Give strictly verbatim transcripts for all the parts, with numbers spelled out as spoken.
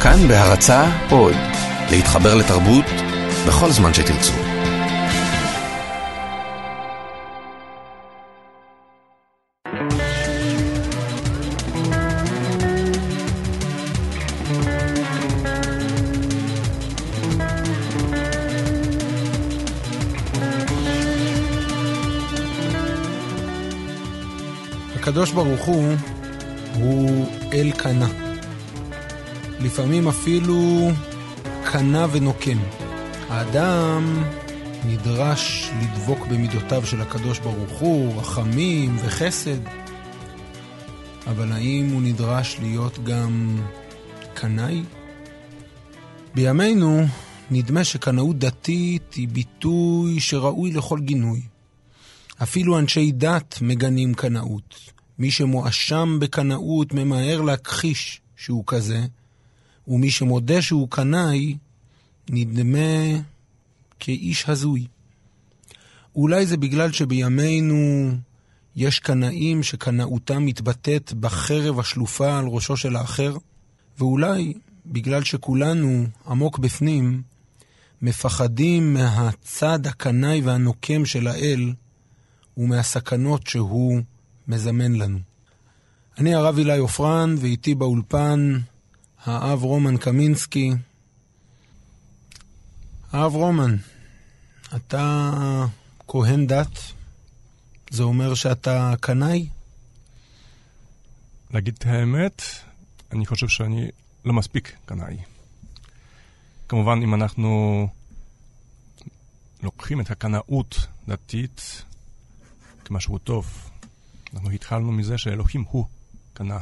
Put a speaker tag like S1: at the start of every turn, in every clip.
S1: כאן בהרצאה עוד, להתחבר לתרבות בכל זמן שתרצו.
S2: הקדוש ברוך הוא הוא אל קנה. לפעמים אפילו קנה ונוקם. האדם נדרש לדבוק במידותיו של הקדוש ברוך הוא, רחמים וחסד. אבל האם הוא נדרש להיות גם קנאי? בימינו נדמה שקנאות דתית היא ביטוי שראוי לכל גינוי. אפילו אנשי דת מגנים קנאות. מי שמואשם בקנאות ממהר להכחיש שהוא כזה, ומי שמודה שהוא קנאי נדמה כאיש הזוי. אולי זה בגלל שבימינו יש קנאים שקנאותם מתבטאת בחרב השלופה על ראשו של האחר, ואולי בגלל שכולנו עמוק בפנים מפחדים מהצד הקנאי והנוקם של האל ומהסכנות שהוא מזמן לנו. אני הרב אילי עופרן, ואיתי באולפן האב רומן קמינסקי. האב רומן, אתה כהן דת, זה אומר שאתה קנאי?
S3: להגיד את האמת, אני חושב שאני לא מספיק קנאי. כמובן, אם אנחנו לוקחים את הקנאות דתית כמשהו טוב, אנחנו התחלנו מזה שאלוהים הוא קנה.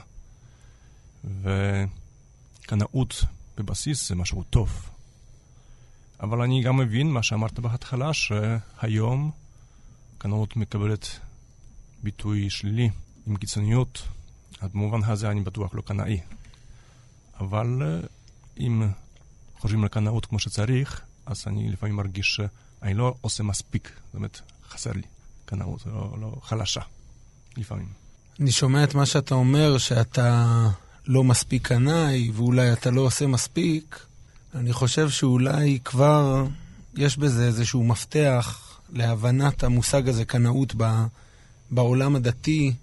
S3: וקנאות בבסיס זה משהו טוב. אבל אני גם מבין מה שאמרת בהתחלה, שהיום קנאות מקבלת ביטוי שלילי עם קיצוניות. אז במובן הזה אני בטוח לא קנאי. אבל אם חושבים על קנאות כמו שצריך, אז אני לפעמים מרגיש שאני לא עושה מספיק. זאת אומרת, חסר לי קנאות, לא, לא חלשה. לפעמים.
S2: אני שומע את מה שאתה אומר, שאתה לא מספיק קנאי, ואולי אתה לא עושה מספיק. אני חושב שאולי כבר יש בזה איזשהו מפתח להבנת המושג הזה, קנאות, בעולם הדתי,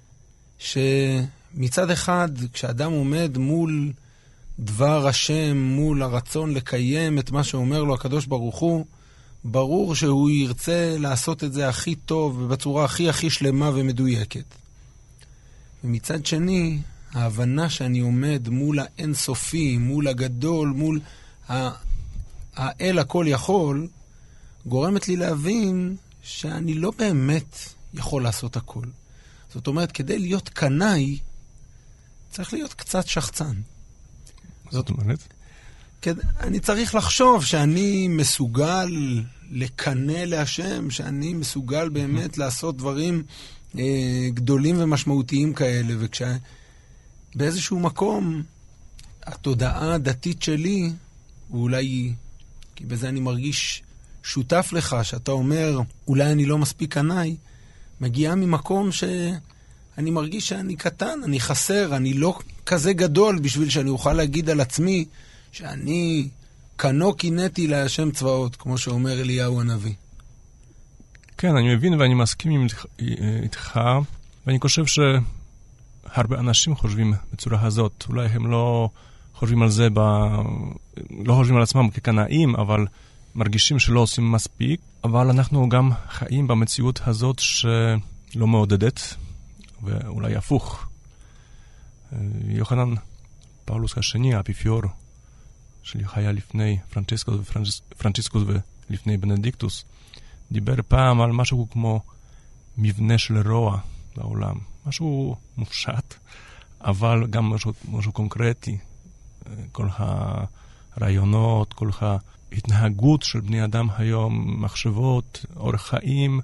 S2: שמצד אחד, כשאדם עומד מול דבר השם, מול הרצון לקיים את מה שאומר לו הקדוש ברוך הוא, ברור שהוא ירצה לעשות את זה הכי טוב ובצורה הכי הכי שלמה ומדויקת. ומצד שני, ההבנה שאני עומד מול האינסופי, מול הגדול, מול האל הכל יכול, גורמת לי להבין שאני לא באמת יכול לעשות הכל. זאת אומרת, כדי להיות קנאי, צריך להיות קצת שחצן.
S3: זאת אומרת?
S2: אני צריך לחשוב שאני מסוגל לקנה להשם, שאני מסוגל באמת לעשות דברים אה, גדולים ומשמעותיים כאלה, וכשבאיזשהו מקום התודעה הדתית שלי, ואולי, כי בזה אני מרגיש שותף לך, שאתה אומר, אולי אני לא מספיק קנאי, מגיעה ממקום שאני מרגיש שאני קטן, אני חסר, אני לא כזה גדול בשביל שאני אוכל להגיד על עצמי, שאני קנו קינאתי להשם צבאות, כמו שאומר אליהו הנביא.
S3: כן, אני מבין ואני מסכים איתך, ואני חושב שהרבה אנשים חושבים בצורה הזאת. אולי הם לא חושבים על זה, ב... לא חושבים על עצמם כקנאים, אבל מרגישים שלא עושים מספיק. אבל אנחנו גם חיים במציאות הזאת שלא מעודדת, ואולי הפוך. יוחנן פאולוס השני, האפיפיור, שהיה לפני פרנצ'יסקוס ופרנצ'יסקוס ולפני בנדיקטוס, דיבר פעם על משהו כמו מבנה של רוע בעולם. משהו מופשט, אבל גם משהו, משהו קונקרטי. כל הרעיונות, כל ההתנהגות של בני אדם היום, מחשבות, אורח חיים,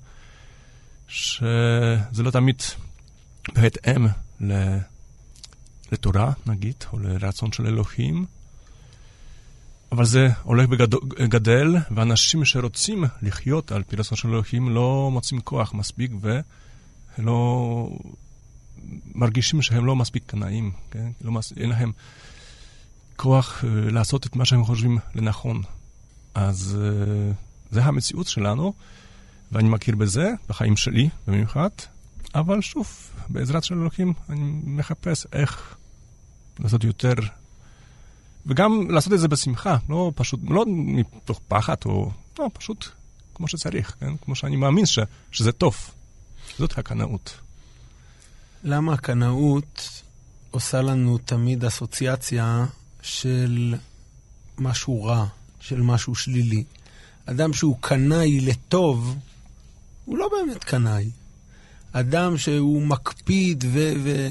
S3: שזה לא תמיד בהתאם לתורה, נגיד, או לרצון של אלוהים, אבל זה הולך וגדל, ואנשים שרוצים לחיות על פי רצון של אלוהים לא מוצאים כוח מספיק, ולא מרגישים שהם לא מספיק קנאים, כן? לא מס... אין להם כוח uh, לעשות את מה שהם חושבים לנכון. אז uh, זה המציאות שלנו, ואני מכיר בזה, בחיים שלי במיוחד, אבל שוב, בעזרת של אלוקים, אני מחפש איך לעשות יותר, וגם לעשות את זה בשמחה, לא פשוט, לא מתוך פחד, או לא, פשוט כמו שצריך, כן? כמו שאני מאמין ש, שזה טוב. זאת הקנאות.
S2: למה הקנאות עושה לנו תמיד אסוציאציה של משהו רע, של משהו שלילי? אדם שהוא קנאי לטוב, הוא לא באמת קנאי. אדם שהוא מקפיד ו... ו...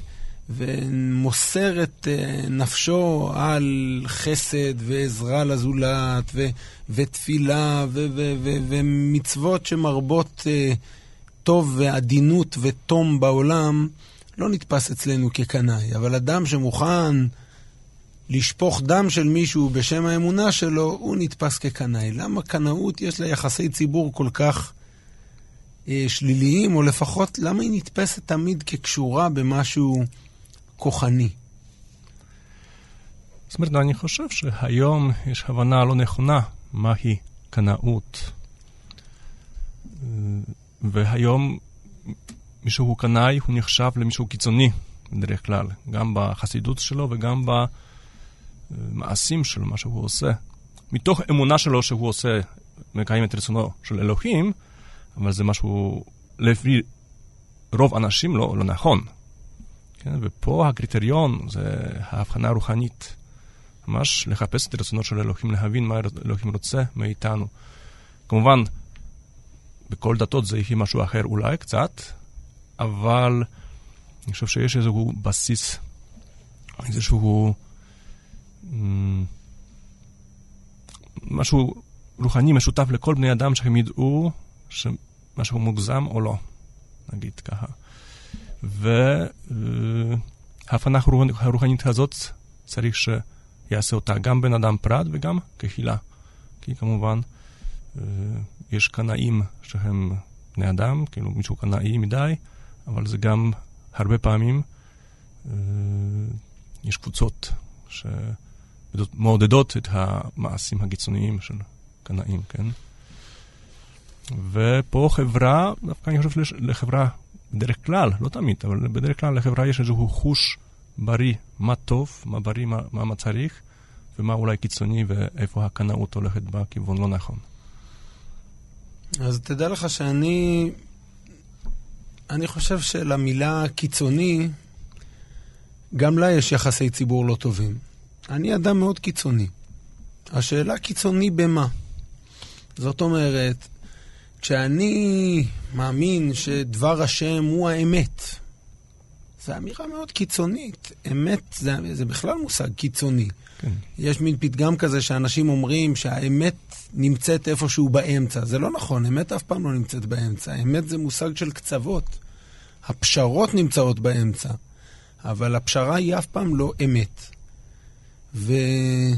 S2: ומוסר את נפשו על חסד ועזרה לזולת ו... ותפילה ו... ו... ו... ומצוות שמרבות טוב ועדינות ותום בעולם, לא נתפס אצלנו כקנאי. אבל אדם שמוכן לשפוך דם של מישהו בשם האמונה שלו, הוא נתפס כקנאי. למה קנאות יש לה יחסי ציבור כל כך אה, שליליים, או לפחות למה היא נתפסת תמיד כקשורה במשהו כוחני?
S3: זאת אומרת, אני חושב שהיום יש הבנה לא נכונה מהי קנאות. והיום מישהו קנאי הוא נחשב למישהו קיצוני בדרך כלל, גם בחסידות שלו וגם במעשים שלו, מה שהוא עושה. מתוך אמונה שלו שהוא עושה, מקיים את רצונו של אלוהים, אבל זה משהו לפי רוב אנשים לא, לא נכון. כן? ופה הקריטריון זה ההבחנה הרוחנית. ממש לחפש את רצונו של אלוהים, להבין מה אלוהים רוצה מאיתנו. כמובן, בכל דתות זה יהיה משהו אחר אולי קצת, אבל אני חושב שיש איזשהו בסיס, איזשהו משהו רוחני משותף לכל בני אדם שהם ידעו שמשהו מוגזם או לא, נגיד ככה. וההבחנה הרוחנית הזאת צריך שיעשה אותה גם בן אדם פרט וגם קהילה. כי כמובן יש קנאים שהם בני אדם, כאילו מישהו קנאי מדי, אבל זה גם הרבה פעמים יש קבוצות שמעודדות את המעשים הקיצוניים של קנאים, כן? ופה חברה, דווקא אני חושב לחברה בדרך כלל, לא תמיד, אבל בדרך כלל לחברה יש איזשהו חוש בריא, מה טוב, מה בריא, מה, מה צריך, ומה אולי קיצוני, ואיפה הקנאות הולכת בכיוון לא נכון.
S2: אז תדע לך שאני אני חושב שלמילה קיצוני גם לה יש יחסי ציבור לא טובים. אני אדם מאוד קיצוני. השאלה קיצוני במה? זאת אומרת, כשאני מאמין שדבר השם הוא האמת, זו אמירה מאוד קיצונית. אמת זה, זה בכלל מושג קיצוני. כן. יש מין פתגם כזה שאנשים אומרים שהאמת נמצאת איפשהו באמצע. זה לא נכון, אמת אף פעם לא נמצאת באמצע. אמת זה מושג של קצוות. הפשרות נמצאות באמצע, אבל הפשרה היא אף פעם לא אמת. ואם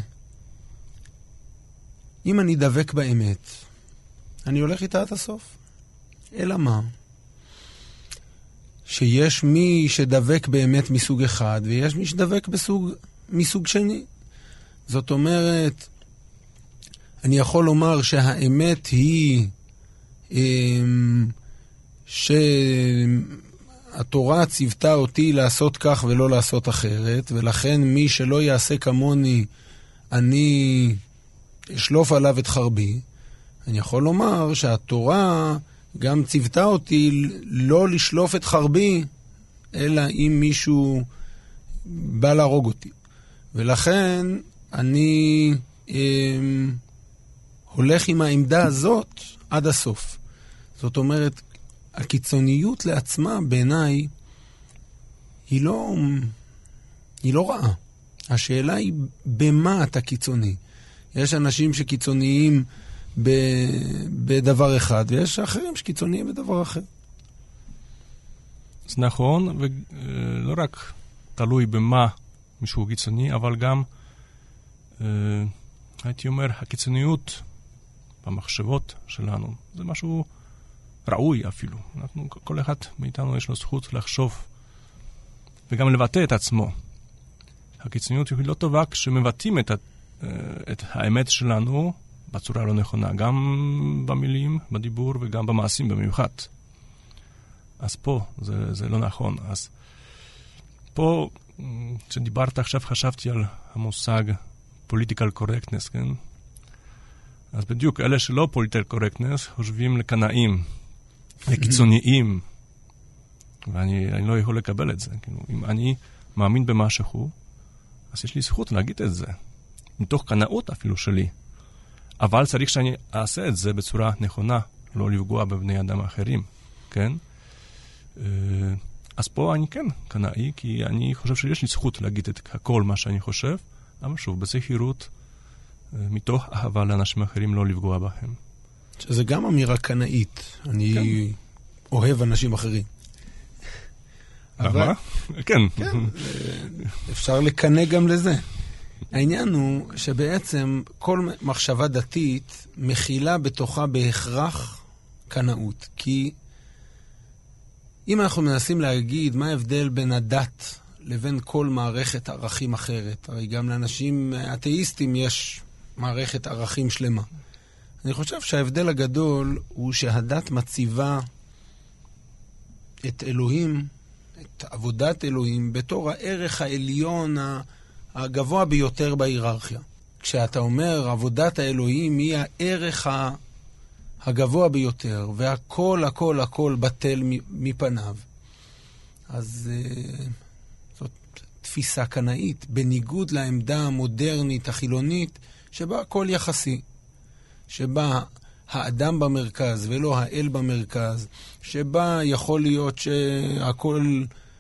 S2: אני דבק באמת, אני הולך איתה עד הסוף. אלא מה? שיש מי שדבק באמת מסוג אחד, ויש מי שדבק בסוג, מסוג שני. זאת אומרת, אני יכול לומר שהאמת היא שהתורה ציוותה אותי לעשות כך ולא לעשות אחרת, ולכן מי שלא יעשה כמוני, אני אשלוף עליו את חרבי. אני יכול לומר שהתורה גם ציוותה אותי לא לשלוף את חרבי, אלא אם מישהו בא להרוג אותי. ולכן אני אה, הולך עם העמדה הזאת עד הסוף. זאת אומרת, הקיצוניות לעצמה בעיניי היא לא, היא לא רעה. השאלה היא במה אתה קיצוני. יש אנשים שקיצוניים בדבר אחד, ויש אחרים שקיצוניים בדבר אחר.
S3: זה נכון, ולא רק תלוי במה מישהו קיצוני, אבל גם, הייתי אומר, הקיצוניות במחשבות שלנו, זה משהו ראוי אפילו. אנחנו, כל אחד מאיתנו יש לו זכות לחשוב, וגם לבטא את עצמו. הקיצוניות היא לא טובה כשמבטאים את, את האמת שלנו בצורה לא נכונה, גם במילים, בדיבור וגם במעשים במיוחד. אז פה זה, זה לא נכון. אז פה, כשדיברת עכשיו, חשבתי על המושג political correctness, כן? אז בדיוק, אלה שלא political correctness חושבים לקנאים, לקיצוניים, ואני אני לא יכול לקבל את זה. כאילו, אם אני מאמין במשהו, אז יש לי זכות להגיד את זה, מתוך קנאות אפילו שלי. אבל צריך שאני אעשה את זה בצורה נכונה, לא לפגוע בבני אדם אחרים, כן? אז פה אני כן קנאי, כי אני חושב שיש לי זכות להגיד את הכל מה שאני חושב, אבל שוב, בזהירות, מתוך אהבה לאנשים אחרים, לא לפגוע בהם.
S2: שזה גם אמירה קנאית. אני כן. אוהב אנשים אחרים.
S3: אבל... כן.
S2: כן. אפשר לקנא גם לזה. העניין הוא שבעצם כל מחשבה דתית מכילה בתוכה בהכרח קנאות. כי אם אנחנו מנסים להגיד מה ההבדל בין הדת לבין כל מערכת ערכים אחרת, הרי גם לאנשים אתאיסטים יש מערכת ערכים שלמה. אני חושב שההבדל הגדול הוא שהדת מציבה את אלוהים, את עבודת אלוהים, בתור הערך העליון הגבוה ביותר בהיררכיה. כשאתה אומר עבודת האלוהים היא הערך הגבוה ביותר, והכל הכל הכל בטל מפניו, אז זאת תפיסה קנאית, בניגוד לעמדה המודרנית החילונית, שבה הכל יחסי, שבה האדם במרכז ולא האל במרכז, שבה יכול להיות שהכל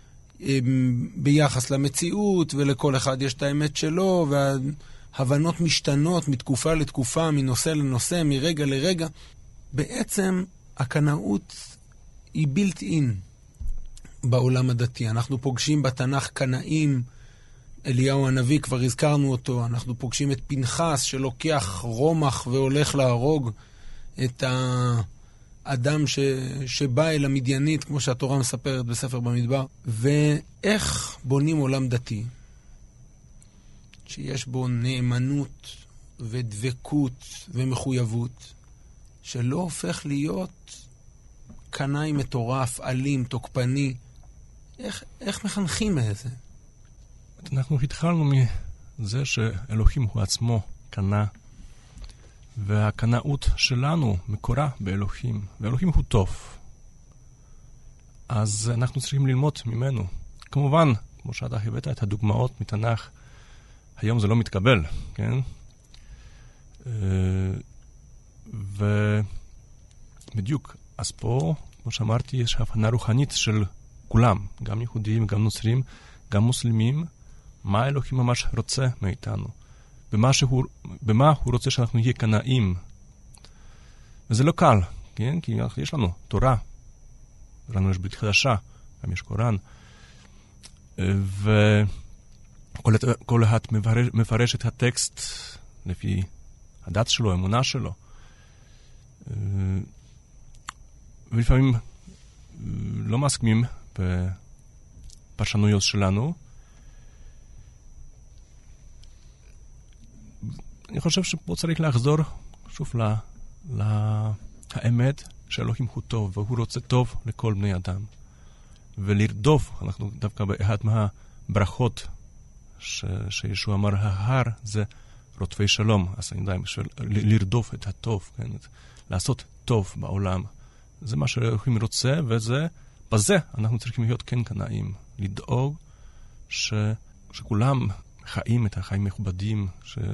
S2: ביחס למציאות, ולכל אחד יש את האמת שלו, וההבנות משתנות מתקופה לתקופה, מנושא לנושא, מרגע לרגע. בעצם הקנאות היא built in בעולם הדתי. אנחנו פוגשים בתנ"ך קנאים, אליהו הנביא, כבר הזכרנו אותו, אנחנו פוגשים את פנחס שלוקח רומח והולך להרוג את האדם ש... שבא אל המדיינית, כמו שהתורה מספרת בספר במדבר. ואיך בונים עולם דתי שיש בו נאמנות ודבקות ומחויבות, שלא הופך להיות קנאי מטורף, אלים, תוקפני. איך, איך מחנכים מזה?
S3: אנחנו התחלנו מזה שאלוהים הוא עצמו קנא, והקנאות שלנו מקורה באלוהים, ואלוהים הוא טוב. אז אנחנו צריכים ללמוד ממנו. כמובן, כמו שאתה הבאת את הדוגמאות מתנ"ך, היום זה לא מתקבל, כן? ובדיוק, אז פה, כמו שאמרתי, יש הבנה רוחנית של כולם, גם יהודים, גם נוצרים, גם מוסלמים, מה אלוהים ממש רוצה מאיתנו, במה, שהוא, במה הוא רוצה שאנחנו נהיה קנאים. וזה לא קל, כן? כי יש לנו תורה, לנו יש ברית חדשה, גם יש קוראן, וכל אחד מפרש, מפרש את הטקסט לפי הדת שלו, האמונה שלו. ולפעמים לא מסכימים בפרשנויות שלנו. אני חושב שפה צריך לחזור שוב לאמת שאלוהים הוא טוב, והוא רוצה טוב לכל בני אדם. ולרדוף, אנחנו דווקא באחד מהברכות ש, שישוע אמר, ההר זה רודפי שלום. אז אני יודע, לרדוף את הטוב, כן? לעשות טוב בעולם. זה מה שאלוהים רוצה, וזה, בזה אנחנו צריכים להיות כן קנאים. לדאוג ש, שכולם חיים את החיים מכובדים, שלא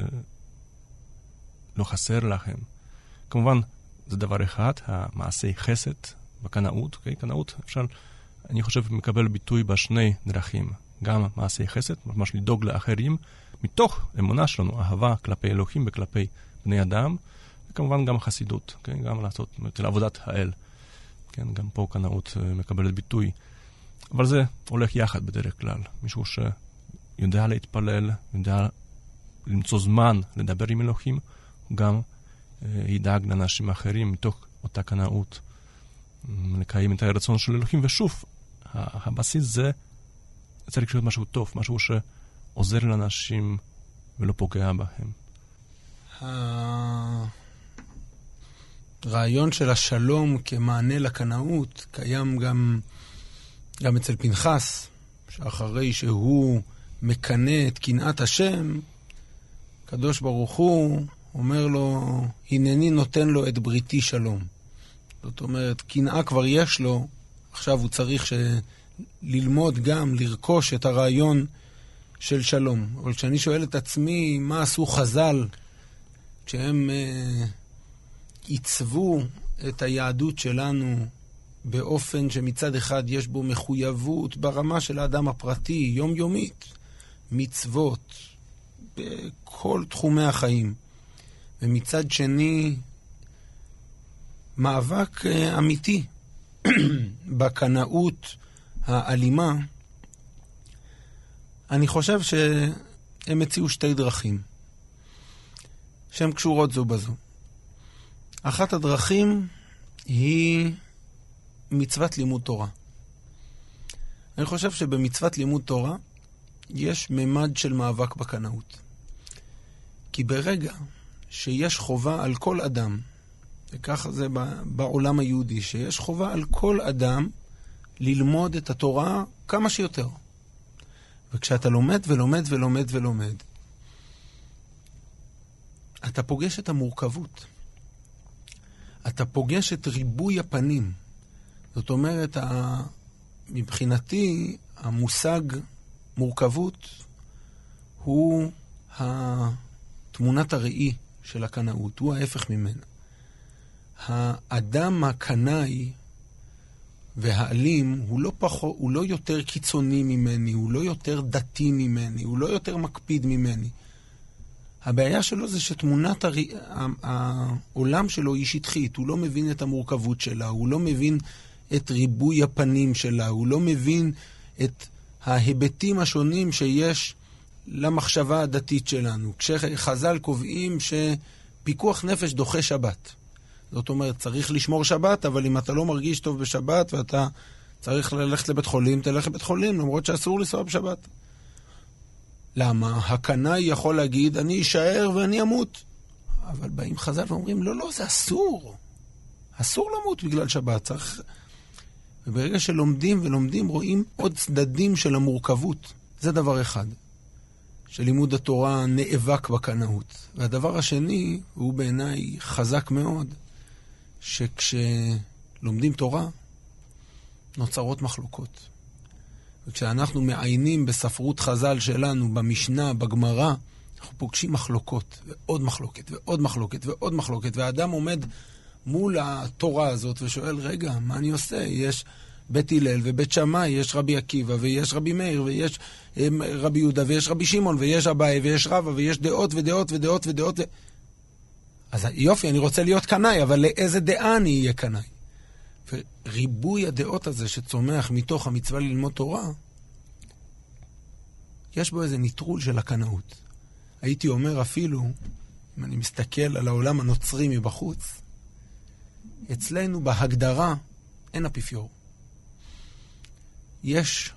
S3: חסר לכם. כמובן, זה דבר אחד, המעשי חסד בקנאות. Okay? קנאות, אפשר, אני חושב, מקבל ביטוי בשני דרכים. גם מעשי חסד, ממש לדאוג לאחרים, מתוך אמונה שלנו, אהבה כלפי אלוהים וכלפי בני אדם, וכמובן גם חסידות, okay? גם לעשות את עבודת האל. כן? גם פה קנאות מקבלת ביטוי. אבל זה הולך יחד בדרך כלל. מישהו שיודע להתפלל, יודע למצוא זמן לדבר עם אלוהים, הוא גם ידאג לאנשים אחרים מתוך אותה קנאות, לקיים את הרצון של אלוהים. ושוב, הבסיס זה צריך להיות משהו טוב, משהו עוזר לאנשים ולא פוגע בהם.
S2: הרעיון של השלום כמענה לקנאות קיים גם, גם אצל פנחס, שאחרי שהוא מקנה את קנאת השם, קדוש ברוך הוא אומר לו, הנני נותן לו את בריתי שלום. זאת אומרת, קנאה כבר יש לו, עכשיו הוא צריך ש... ללמוד גם, לרכוש את הרעיון של שלום. אבל כשאני שואל את עצמי, מה עשו חז"ל כשהם אה, עיצבו את היהדות שלנו באופן שמצד אחד יש בו מחויבות ברמה של האדם הפרטי, יומיומית, מצוות, בכל תחומי החיים. ומצד שני, מאבק אה, אמיתי בקנאות האלימה. אני חושב שהם הציעו שתי דרכים שהן קשורות זו בזו. אחת הדרכים היא מצוות לימוד תורה. אני חושב שבמצוות לימוד תורה יש ממד של מאבק בקנאות. כי ברגע שיש חובה על כל אדם, וככה זה בעולם היהודי, שיש חובה על כל אדם ללמוד את התורה כמה שיותר. וכשאתה לומד ולומד ולומד ולומד, אתה פוגש את המורכבות. אתה פוגש את ריבוי הפנים. זאת אומרת, מבחינתי, המושג מורכבות הוא תמונת הראי של הקנאות, הוא ההפך ממנה. האדם הקנאי והאלים הוא לא פחות, הוא לא יותר קיצוני ממני, הוא לא יותר דתי ממני, הוא לא יותר מקפיד ממני. הבעיה שלו זה שתמונת הר... העולם שלו היא שטחית, הוא לא מבין את המורכבות שלה, הוא לא מבין את ריבוי הפנים שלה, הוא לא מבין את ההיבטים השונים שיש למחשבה הדתית שלנו. כשחז"ל קובעים שפיקוח נפש דוחה שבת. זאת אומרת, צריך לשמור שבת, אבל אם אתה לא מרגיש טוב בשבת ואתה צריך ללכת לבית חולים, תלך לבית חולים, למרות שאסור לנסוע בשבת. למה? הקנאי יכול להגיד, אני אשאר ואני אמות. אבל באים חז"ל ואומרים, לא, לא, זה אסור. אסור למות בגלל שבת. צריך... וברגע שלומדים ולומדים, רואים עוד צדדים של המורכבות. זה דבר אחד. שלימוד התורה נאבק בקנאות. והדבר השני, הוא בעיניי חזק מאוד, שכשלומדים תורה, נוצרות מחלוקות. וכשאנחנו מעיינים בספרות חז"ל שלנו, במשנה, בגמרא, אנחנו פוגשים מחלוקות, ועוד מחלוקת, ועוד מחלוקת, ועוד מחלוקת, והאדם עומד מול התורה הזאת ושואל, רגע, מה אני עושה? יש בית הלל ובית שמאי, יש רבי עקיבא, ויש רבי מאיר, ויש רבי יהודה, ויש רבי שמעון, ויש אביי, ויש רבא, ויש דעות ודעות ודעות ודעות. ו... אז יופי, אני רוצה להיות קנאי, אבל לאיזה דעה אני אהיה קנאי? וריבוי הדעות הזה שצומח מתוך המצווה ללמוד תורה, יש בו איזה ניטרול של הקנאות. הייתי אומר אפילו, אם אני מסתכל על העולם הנוצרי מבחוץ, אצלנו בהגדרה אין אפיפיור. יש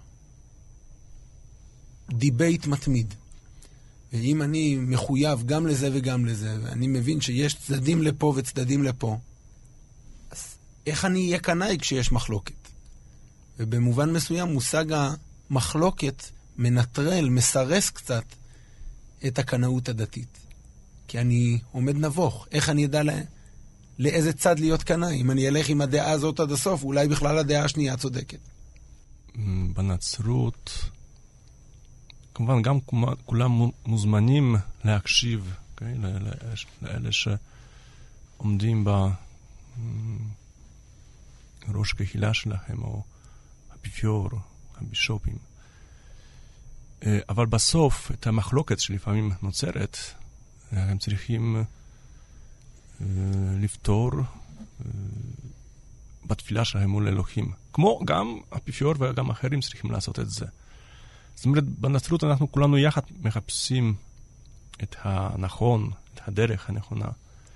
S2: דיבייט מתמיד. ואם אני מחויב גם לזה וגם לזה, ואני מבין שיש צדדים לפה וצדדים לפה, אז איך אני אהיה קנאי כשיש מחלוקת? ובמובן מסוים מושג המחלוקת מנטרל, מסרס קצת את הקנאות הדתית. כי אני עומד נבוך. איך אני אדע לה... לאיזה צד להיות קנאי? אם אני אלך עם הדעה הזאת עד הסוף, אולי בכלל הדעה השנייה צודקת.
S3: בנצרות, כמובן גם כולם מוזמנים להקשיב, okay? לאלה שעומדים בראש קהילה שלהם, או האפיפיור, הבישופים. אבל בסוף, את המחלוקת שלפעמים נוצרת, הם צריכים לפתור בתפילה שלהם מול אלוהים. כמו גם האפיפיור וגם אחרים צריכים לעשות את זה. זאת אומרת, בנצרות אנחנו כולנו יחד מחפשים את הנכון, את הדרך הנכונה.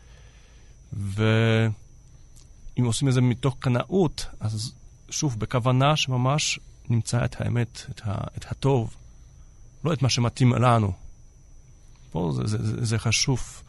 S3: ואם עושים את זה מתוך קנאות, אז שוב, בכוונה שממש נמצא את האמת, את, ה, את הטוב לא את מה שמתאים לנו. פה זה, זה, זה חשוב.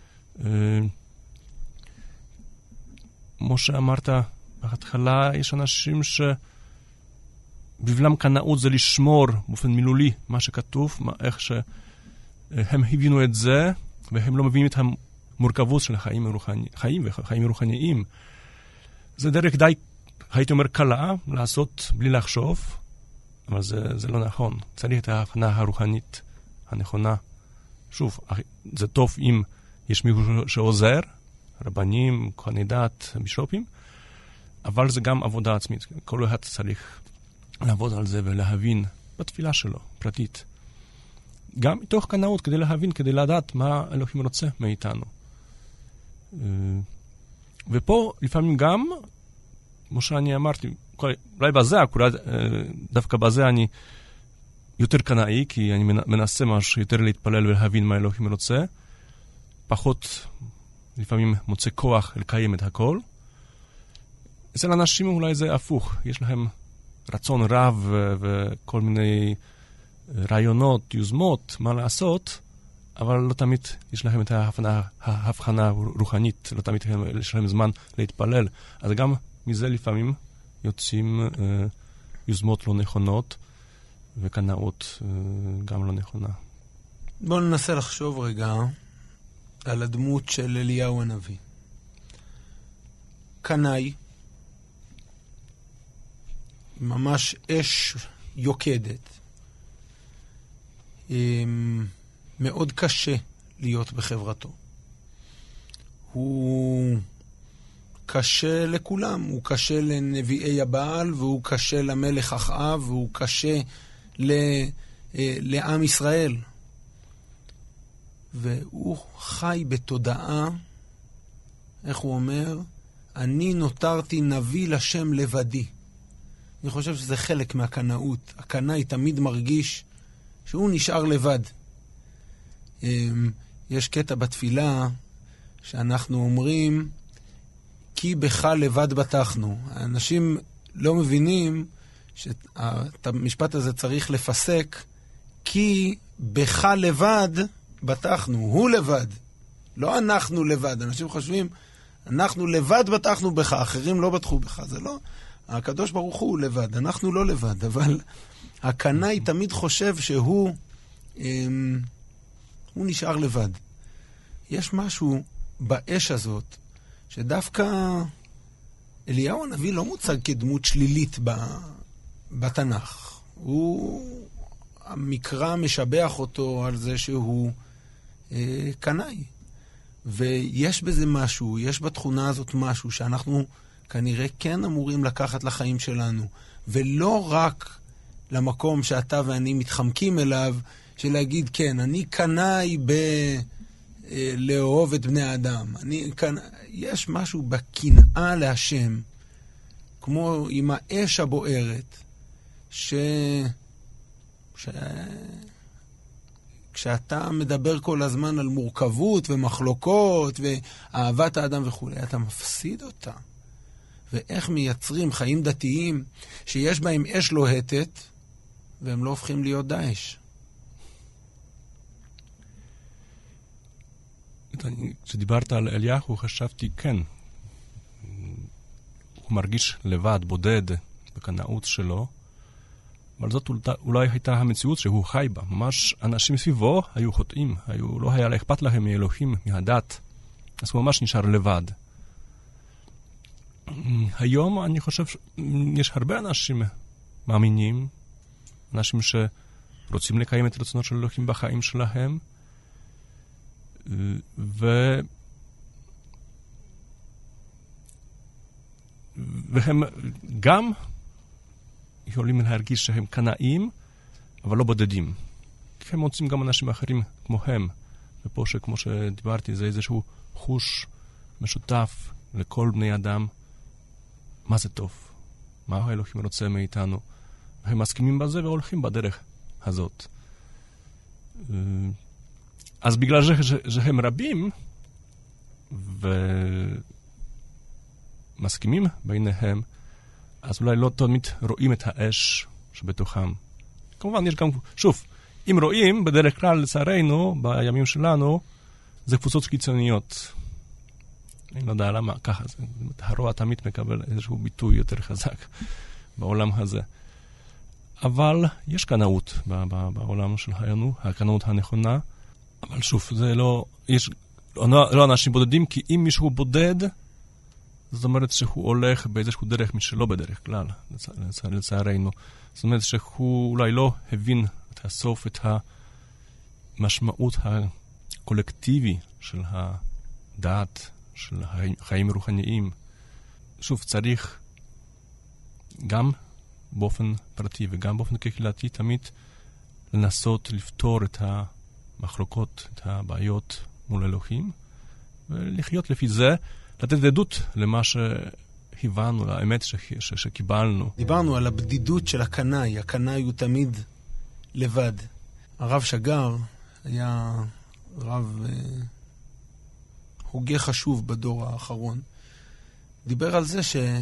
S3: כמו שאמרת, בהתחלה יש אנשים שבבלם קנאות זה לשמור באופן מילולי מה שכתוב, מה, איך שהם הבינו את זה, והם לא מבינים את המורכבות של החיים הרוחני, חיים וחיים רוחניים. זה דרך די, הייתי אומר, קלה לעשות בלי לחשוב, אבל זה, זה לא נכון. צריך את ההבחנה הרוחנית הנכונה. שוב, זה טוב אם יש מישהו שעוזר, רבנים, כהני דת, בישופים, אבל זה גם עבודה עצמית. כל אחד צריך לעבוד על זה ולהבין בתפילה שלו, פרטית. גם מתוך קנאות, כדי להבין, כדי לדעת מה אלוהים רוצה מאיתנו. ופה לפעמים גם, כמו שאני אמרתי, אולי בזה, דווקא בזה אני יותר קנאי, כי אני מנסה משהו יותר להתפלל ולהבין מה אלוהים רוצה. פחות לפעמים מוצא כוח לקיים את הכל. אצל אנשים אולי זה הפוך. יש להם רצון רב וכל מיני רעיונות, יוזמות, מה לעשות, אבל לא תמיד יש להם את ההבחנה, ההבחנה הרוחנית, לא תמיד יש להם זמן להתפלל. אז גם מזה לפעמים יוצאים אה, יוזמות לא נכונות, וקנאות אה, גם לא נכונה.
S2: בואו ננסה לחשוב רגע על הדמות של אליהו הנביא. קנאי, ממש אש יוקדת. מאוד קשה להיות בחברתו. הוא קשה לכולם. הוא קשה לנביאי הבעל, והוא קשה למלך אחאב, והוא קשה ל, לעם ישראל. והוא חי בתודעה, איך הוא אומר? אני נותרתי נביא לשם לבדי. אני חושב שזה חלק מהקנאות. הקנאי תמיד מרגיש שהוא נשאר לבד. יש קטע בתפילה שאנחנו אומרים, כי בך לבד בטחנו. האנשים לא מבינים שאת המשפט הזה צריך לפסק, כי בך לבד בטחנו, הוא לבד. לא אנחנו לבד. אנשים חושבים, אנחנו לבד בטחנו בך, אחרים לא בטחו בך. זה לא. הקדוש ברוך הוא לבד, אנחנו לא לבד, אבל הקנאי תמיד חושב שהוא אמ, הוא נשאר לבד. יש משהו באש הזאת, שדווקא אליהו הנביא לא מוצג כדמות שלילית בתנ"ך. הוא, המקרא משבח אותו על זה שהוא אה, קנאי. ויש בזה משהו, יש בתכונה הזאת משהו שאנחנו כנראה כן אמורים לקחת לחיים שלנו, ולא רק למקום שאתה ואני מתחמקים אליו, של להגיד, כן, אני קנאי ב... לאהוב את בני האדם. אני, כאן, יש משהו בקנאה להשם, כמו עם האש הבוערת, ש... ש... כשאתה מדבר כל הזמן על מורכבות ומחלוקות ואהבת האדם וכו', אתה מפסיד אותה. ואיך מייצרים חיים דתיים שיש בהם אש לוהטת, והם לא הופכים להיות דאעש.
S3: כשדיברת על אליהו, חשבתי, כן, הוא מרגיש לבד, בודד, בקנאות שלו, אבל זאת אולי הייתה המציאות שהוא חי בה. ממש אנשים סביבו היו חוטאים, היו, לא היה לה אכפת להם מאלוהים, מהדת, אז הוא ממש נשאר לבד. היום אני חושב שיש הרבה אנשים מאמינים, אנשים שרוצים לקיים את רצונות של אלוהים בחיים שלהם, ו... והם גם יכולים להרגיש שהם קנאים, אבל לא בודדים. כי הם מוצאים גם אנשים אחרים כמוהם. ופה שכמו שדיברתי, זה איזשהו חוש משותף לכל בני אדם. מה זה טוב? מה האלוהים רוצה מאיתנו? והם מסכימים בזה והולכים בדרך הזאת. אז בגלל שהם רבים ומסכימים ביניהם, אז אולי לא תמיד רואים את האש שבתוכם. כמובן, יש גם, שוב, אם רואים, בדרך כלל, לצערנו, בימים שלנו, זה קבוצות קיצוניות. אני לא יודע למה, ככה זה. הרוע תמיד מקבל איזשהו ביטוי יותר חזק בעולם הזה. אבל יש קנאות בעולם שלנו, הקנאות הנכונה, אבל שוב, זה לא, יש, לא, לא אנשים בודדים, כי אם מישהו בודד, זאת אומרת שהוא הולך באיזשהו דרך משלו בדרך כלל, לצע, לצערנו. זאת אומרת שהוא אולי לא הבין את הסוף, את המשמעות הקולקטיבי של הדעת, של החיים הרוחניים. שוב, צריך גם באופן פרטי וגם באופן קהילתי תמיד לנסות לפתור את המחלוקות, את הבעיות מול אלוהים, ולחיות לפי זה, לתת עדות למה שהבנו, לאמת ש... ש... שקיבלנו.
S2: דיברנו על הבדידות של הקנאי. הקנאי הוא תמיד לבד. הרב שגר היה רב אה, הוגה חשוב בדור האחרון. דיבר על זה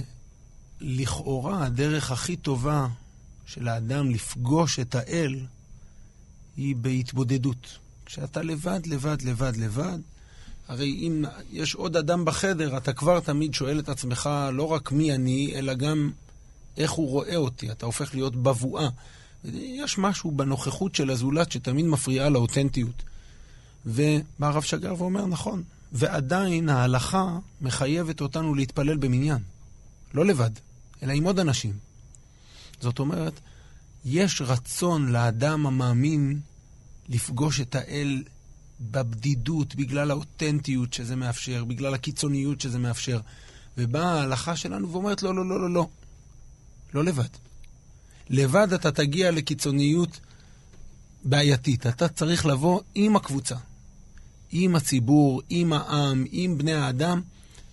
S2: שלכאורה הדרך הכי טובה של האדם לפגוש את האל היא בהתבודדות. כשאתה לבד, לבד, לבד, לבד, הרי אם יש עוד אדם בחדר, אתה כבר תמיד שואל את עצמך לא רק מי אני, אלא גם איך הוא רואה אותי. אתה הופך להיות בבואה. יש משהו בנוכחות של הזולת שתמיד מפריעה לאותנטיות. ובא הרב שגר ואומר, נכון. ועדיין ההלכה מחייבת אותנו להתפלל במניין. לא לבד, אלא עם עוד אנשים. זאת אומרת, יש רצון לאדם המאמין לפגוש את האל בבדידות, בגלל האותנטיות שזה מאפשר, בגלל הקיצוניות שזה מאפשר. ובאה ההלכה שלנו ואומרת, לא, לא, לא, לא, לא. לא לבד. לבד אתה תגיע לקיצוניות בעייתית. אתה צריך לבוא עם הקבוצה. עם הציבור, עם העם, עם בני האדם.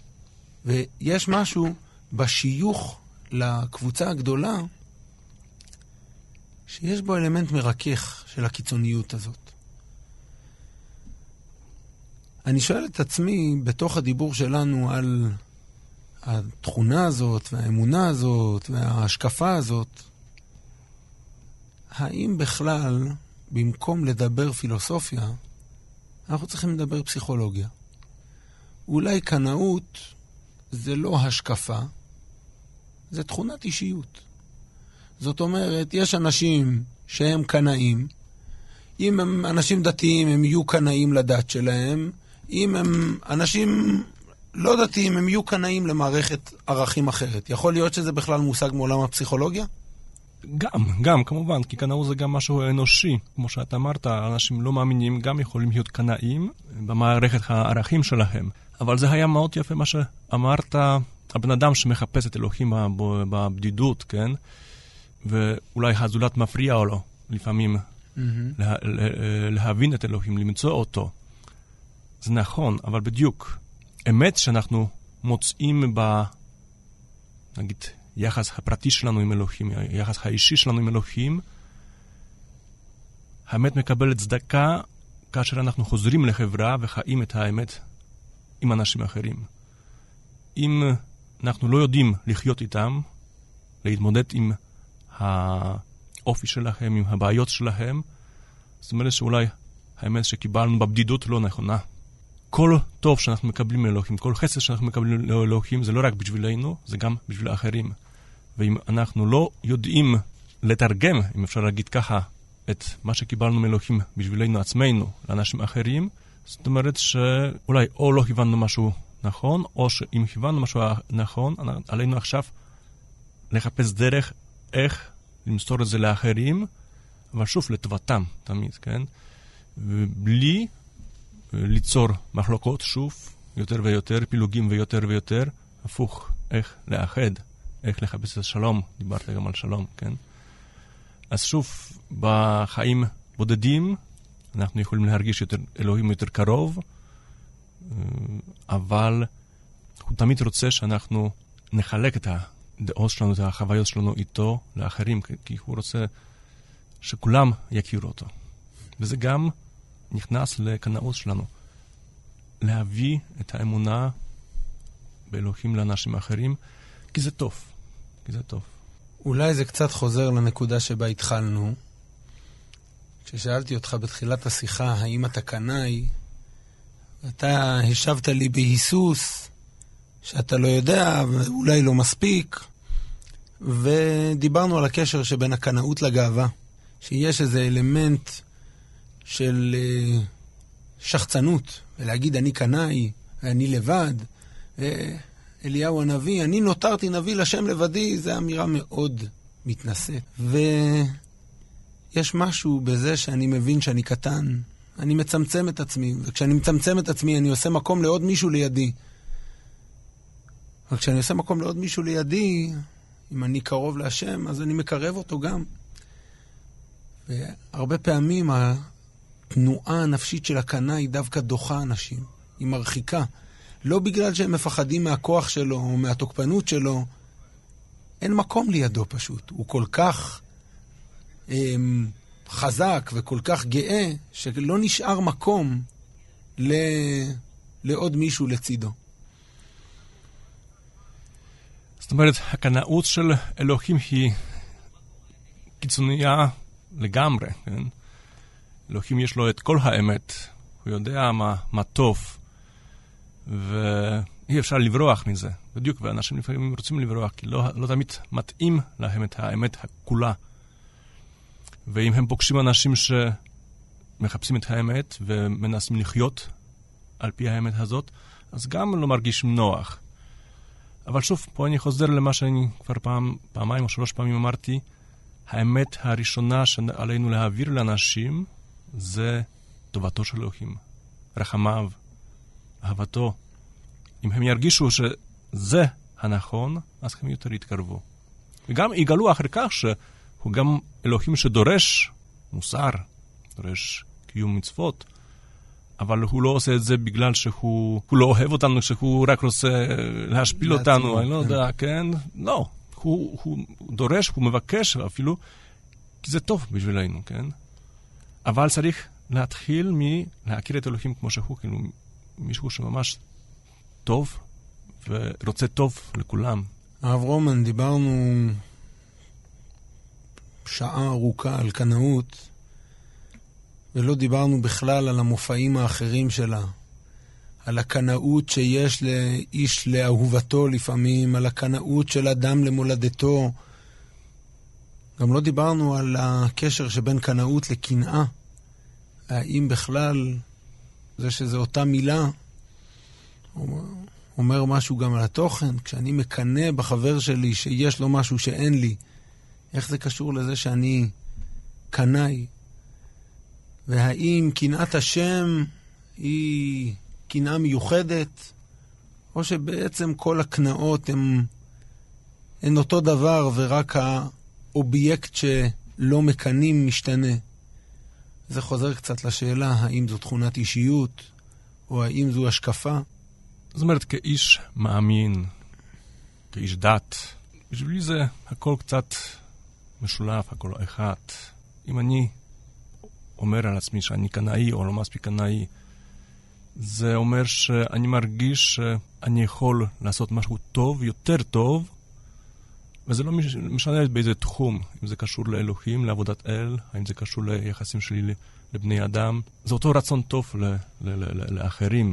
S2: ויש משהו בשיוך לקבוצה הגדולה, שיש בו אלמנט מרכך של הקיצוניות הזאת. אני שואל את עצמי, בתוך הדיבור שלנו על התכונה הזאת, והאמונה הזאת, וההשקפה הזאת, האם בכלל, במקום לדבר פילוסופיה, אנחנו צריכים לדבר פסיכולוגיה? אולי קנאות זה לא השקפה, זה תכונת אישיות. זאת אומרת, יש אנשים שהם קנאים, אם הם אנשים דתיים, הם יהיו קנאים לדת שלהם, אם הם אנשים לא דתיים, הם יהיו קנאים למערכת ערכים אחרת. יכול להיות שזה בכלל מושג מעולם הפסיכולוגיה?
S3: גם, גם, כמובן, כי קנאות זה גם משהו אנושי. כמו שאתה אמרת, אנשים לא מאמינים גם יכולים להיות קנאים במערכת הערכים שלהם. אבל זה היה מאוד יפה מה שאמרת, הבן אדם שמחפש את אלוהים בבדידות, כן? ואולי הזולת מפריע או לא, לפעמים mm-hmm. לה, לה, להבין את אלוהים, למצוא אותו. זה נכון, אבל בדיוק, אמת שאנחנו מוצאים ב, נגיד, יחס הפרטי שלנו עם אלוהים, יחס האישי שלנו עם אלוהים, האמת מקבלת צדקה כאשר אנחנו חוזרים לחברה וחיים את האמת עם אנשים אחרים. אם אנחנו לא יודעים לחיות איתם, להתמודד עם האופי שלהם, עם הבעיות שלהם, זאת אומרת שאולי האמת שקיבלנו בבדידות לא נכונה. כל טוב שאנחנו מקבלים מאלוהים, כל חסד שאנחנו מקבלים מאלוהים, זה לא רק בשבילנו, זה גם בשביל האחרים. ואם אנחנו לא יודעים לתרגם, אם אפשר להגיד ככה, את מה שקיבלנו מאלוהים בשבילנו עצמנו, לאנשים אחרים, זאת אומרת שאולי או לא הבנו משהו נכון, או שאם הבנו משהו נכון, עלינו עכשיו לחפש דרך איך למסור את זה לאחרים, אבל שוב לטובתם תמיד, כן? ובלי ליצור מחלוקות, שוב, יותר ויותר, פילוגים ויותר ויותר, הפוך, איך לאחד, איך לחפש את השלום, דיברת גם על שלום, כן? אז שוב, בחיים בודדים, אנחנו יכולים להרגיש יותר, אלוהים יותר קרוב, אבל הוא תמיד רוצה שאנחנו נחלק את הדעות שלנו, את החוויות שלנו איתו לאחרים, כי הוא רוצה שכולם יכירו אותו. וזה גם נכנס לקנאות שלנו. להביא את האמונה באלוהים לאנשים אחרים, כי זה טוב. כי זה טוב.
S2: אולי זה קצת חוזר לנקודה שבה התחלנו, כששאלתי אותך בתחילת השיחה, האם אתה קנאי, אתה השבת לי בהיסוס, שאתה לא יודע, ואולי לא מספיק, ודיברנו על הקשר שבין הקנאות לגאווה, שיש איזה אלמנט של שחצנות, ולהגיד אני קנאי, אני לבד, אליהו הנביא, אני נותרתי נביא לשם לבדי, זו אמירה מאוד מתנשאת. ויש משהו בזה שאני מבין שאני קטן, אני מצמצם את עצמי, וכשאני מצמצם את עצמי אני עושה מקום לעוד מישהו לידי. וכשאני עושה מקום לעוד מישהו לידי, אם אני קרוב להשם, אז אני מקרב אותו גם. והרבה פעמים התנועה הנפשית של הקנאה היא דווקא דוחה אנשים, היא מרחיקה. לא בגלל שהם מפחדים מהכוח שלו או מהתוקפנות שלו, אין מקום לידו פשוט. הוא כל כך הם, חזק וכל כך גאה, שלא נשאר מקום ל... לעוד מישהו לצידו.
S3: זאת אומרת, הקנאות של אלוהים היא קיצוניה לגמרי, כן? אלוהים יש לו את כל האמת, הוא יודע מה, מה טוב, ואי אפשר לברוח מזה. בדיוק, ואנשים לפעמים רוצים לברוח, כי לא, לא תמיד מתאים להם את האמת הכולה. ואם הם פוגשים אנשים שמחפשים את האמת ומנסים לחיות על פי האמת הזאת, אז גם לא מרגישים נוח. אבל שוב, פה אני חוזר למה שאני כבר פעם, פעמיים או שלוש פעמים אמרתי, האמת הראשונה שעלינו להעביר לאנשים זה טובתו של אלוהים, רחמיו, אהבתו. אם הם ירגישו שזה הנכון, אז הם יותר יתקרבו. וגם יגלו אחר כך שהוא גם אלוהים שדורש מוסר, דורש קיום מצוות, אבל הוא לא עושה את זה בגלל שהוא לא אוהב אותנו, שהוא רק רוצה להשפיל אותנו, אני לא יודע, כן? לא. הוא, הוא דורש, הוא מבקש אפילו, כי זה טוב בשבילנו, כן? אבל צריך להתחיל מלהכיר את אלוהים כמו שהוא, כאילו מישהו שממש טוב ורוצה טוב לכולם.
S2: הרב רומן, דיברנו שעה ארוכה על קנאות, ולא דיברנו בכלל על המופעים האחרים שלה. על הקנאות שיש לאיש לאהובתו לפעמים, על הקנאות של אדם למולדתו. גם לא דיברנו על הקשר שבין קנאות לקנאה. האם בכלל זה שזה אותה מילה, אומר משהו גם על התוכן. כשאני מקנא בחבר שלי שיש לו משהו שאין לי, איך זה קשור לזה שאני קנאי? והאם קנאת השם היא קנאה מיוחדת, או שבעצם כל הקנאות הן, הן אותו דבר, ורק האובייקט שלא מקנים משתנה. זה חוזר קצת לשאלה, האם זו תכונת אישיות, או האם זו השקפה.
S3: זאת אומרת, כאיש מאמין, כאיש דת, בשבילי זה הכל קצת משולב, הכל אחד. אם אני אומר על עצמי שאני קנאי או לא מספיק קנאי, זה אומר שאני מרגיש שאני יכול לעשות משהו טוב, יותר טוב, וזה לא משנה באיזה תחום, אם זה קשור לאלוהים, לעבודת אל, האם זה קשור ליחסים שלי לבני אדם. זה אותו רצון טוב ל- ל- ל- לאחרים,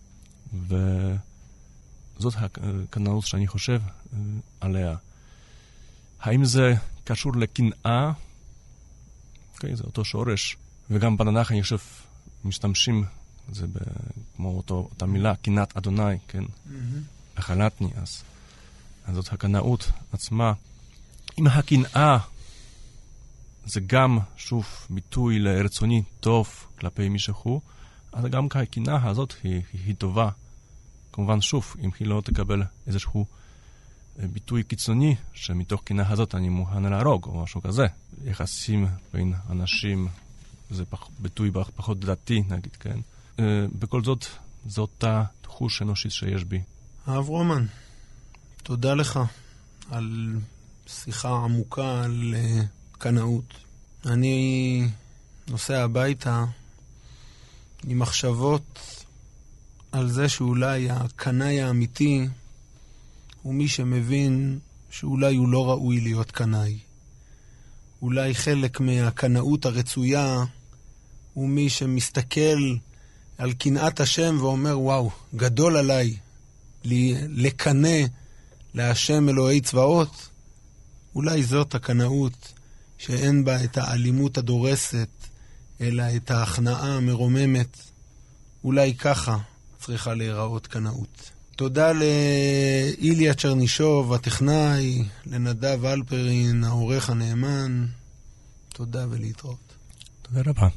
S3: וזאת הקנאות שאני חושב עליה. האם זה קשור לקנאה? אוקיי, זה אותו שורש, וגם בתנ"ך אני חושב משתמשים זה ב... כמו אותו, אותה מילה, קנאת אדוני, כן? החלטני, אז. אז זאת הקנאות עצמה. אם הקנאה זה גם, שוב, ביטוי לרצוני טוב כלפי מישהו, אז גם הקנאה הזאת היא, היא, היא טובה. כמובן, שוב, אם היא לא תקבל איזשהו ביטוי קיצוני, שמתוך קנאה הזאת אני מוכן להרוג, או משהו כזה. יחסים בין אנשים, זה פח, ביטוי פחות דתי, נגיד, כן? בכל זאת, זו אותה תחוש אנושית שיש בי.
S2: הרב רומן, תודה לך על שיחה עמוקה על uh, קנאות. אני נוסע הביתה עם מחשבות על זה שאולי הקנאי האמיתי הוא מי שמבין שאולי הוא לא ראוי להיות קנאי. אולי חלק מהקנאות הרצויה הוא מי שמסתכל על קנאת השם ואומר, וואו, גדול עליי לקנא להשם אלוהי צבאות. אולי זאת הקנאות שאין בה את האלימות הדורסת, אלא את ההכנעה המרוממת. אולי ככה צריכה להיראות קנאות. תודה לאיליה צ'רנישוב, הטכנאי, לנדב אלפרין, העורך הנאמן. תודה ולהתראות.
S3: תודה רבה.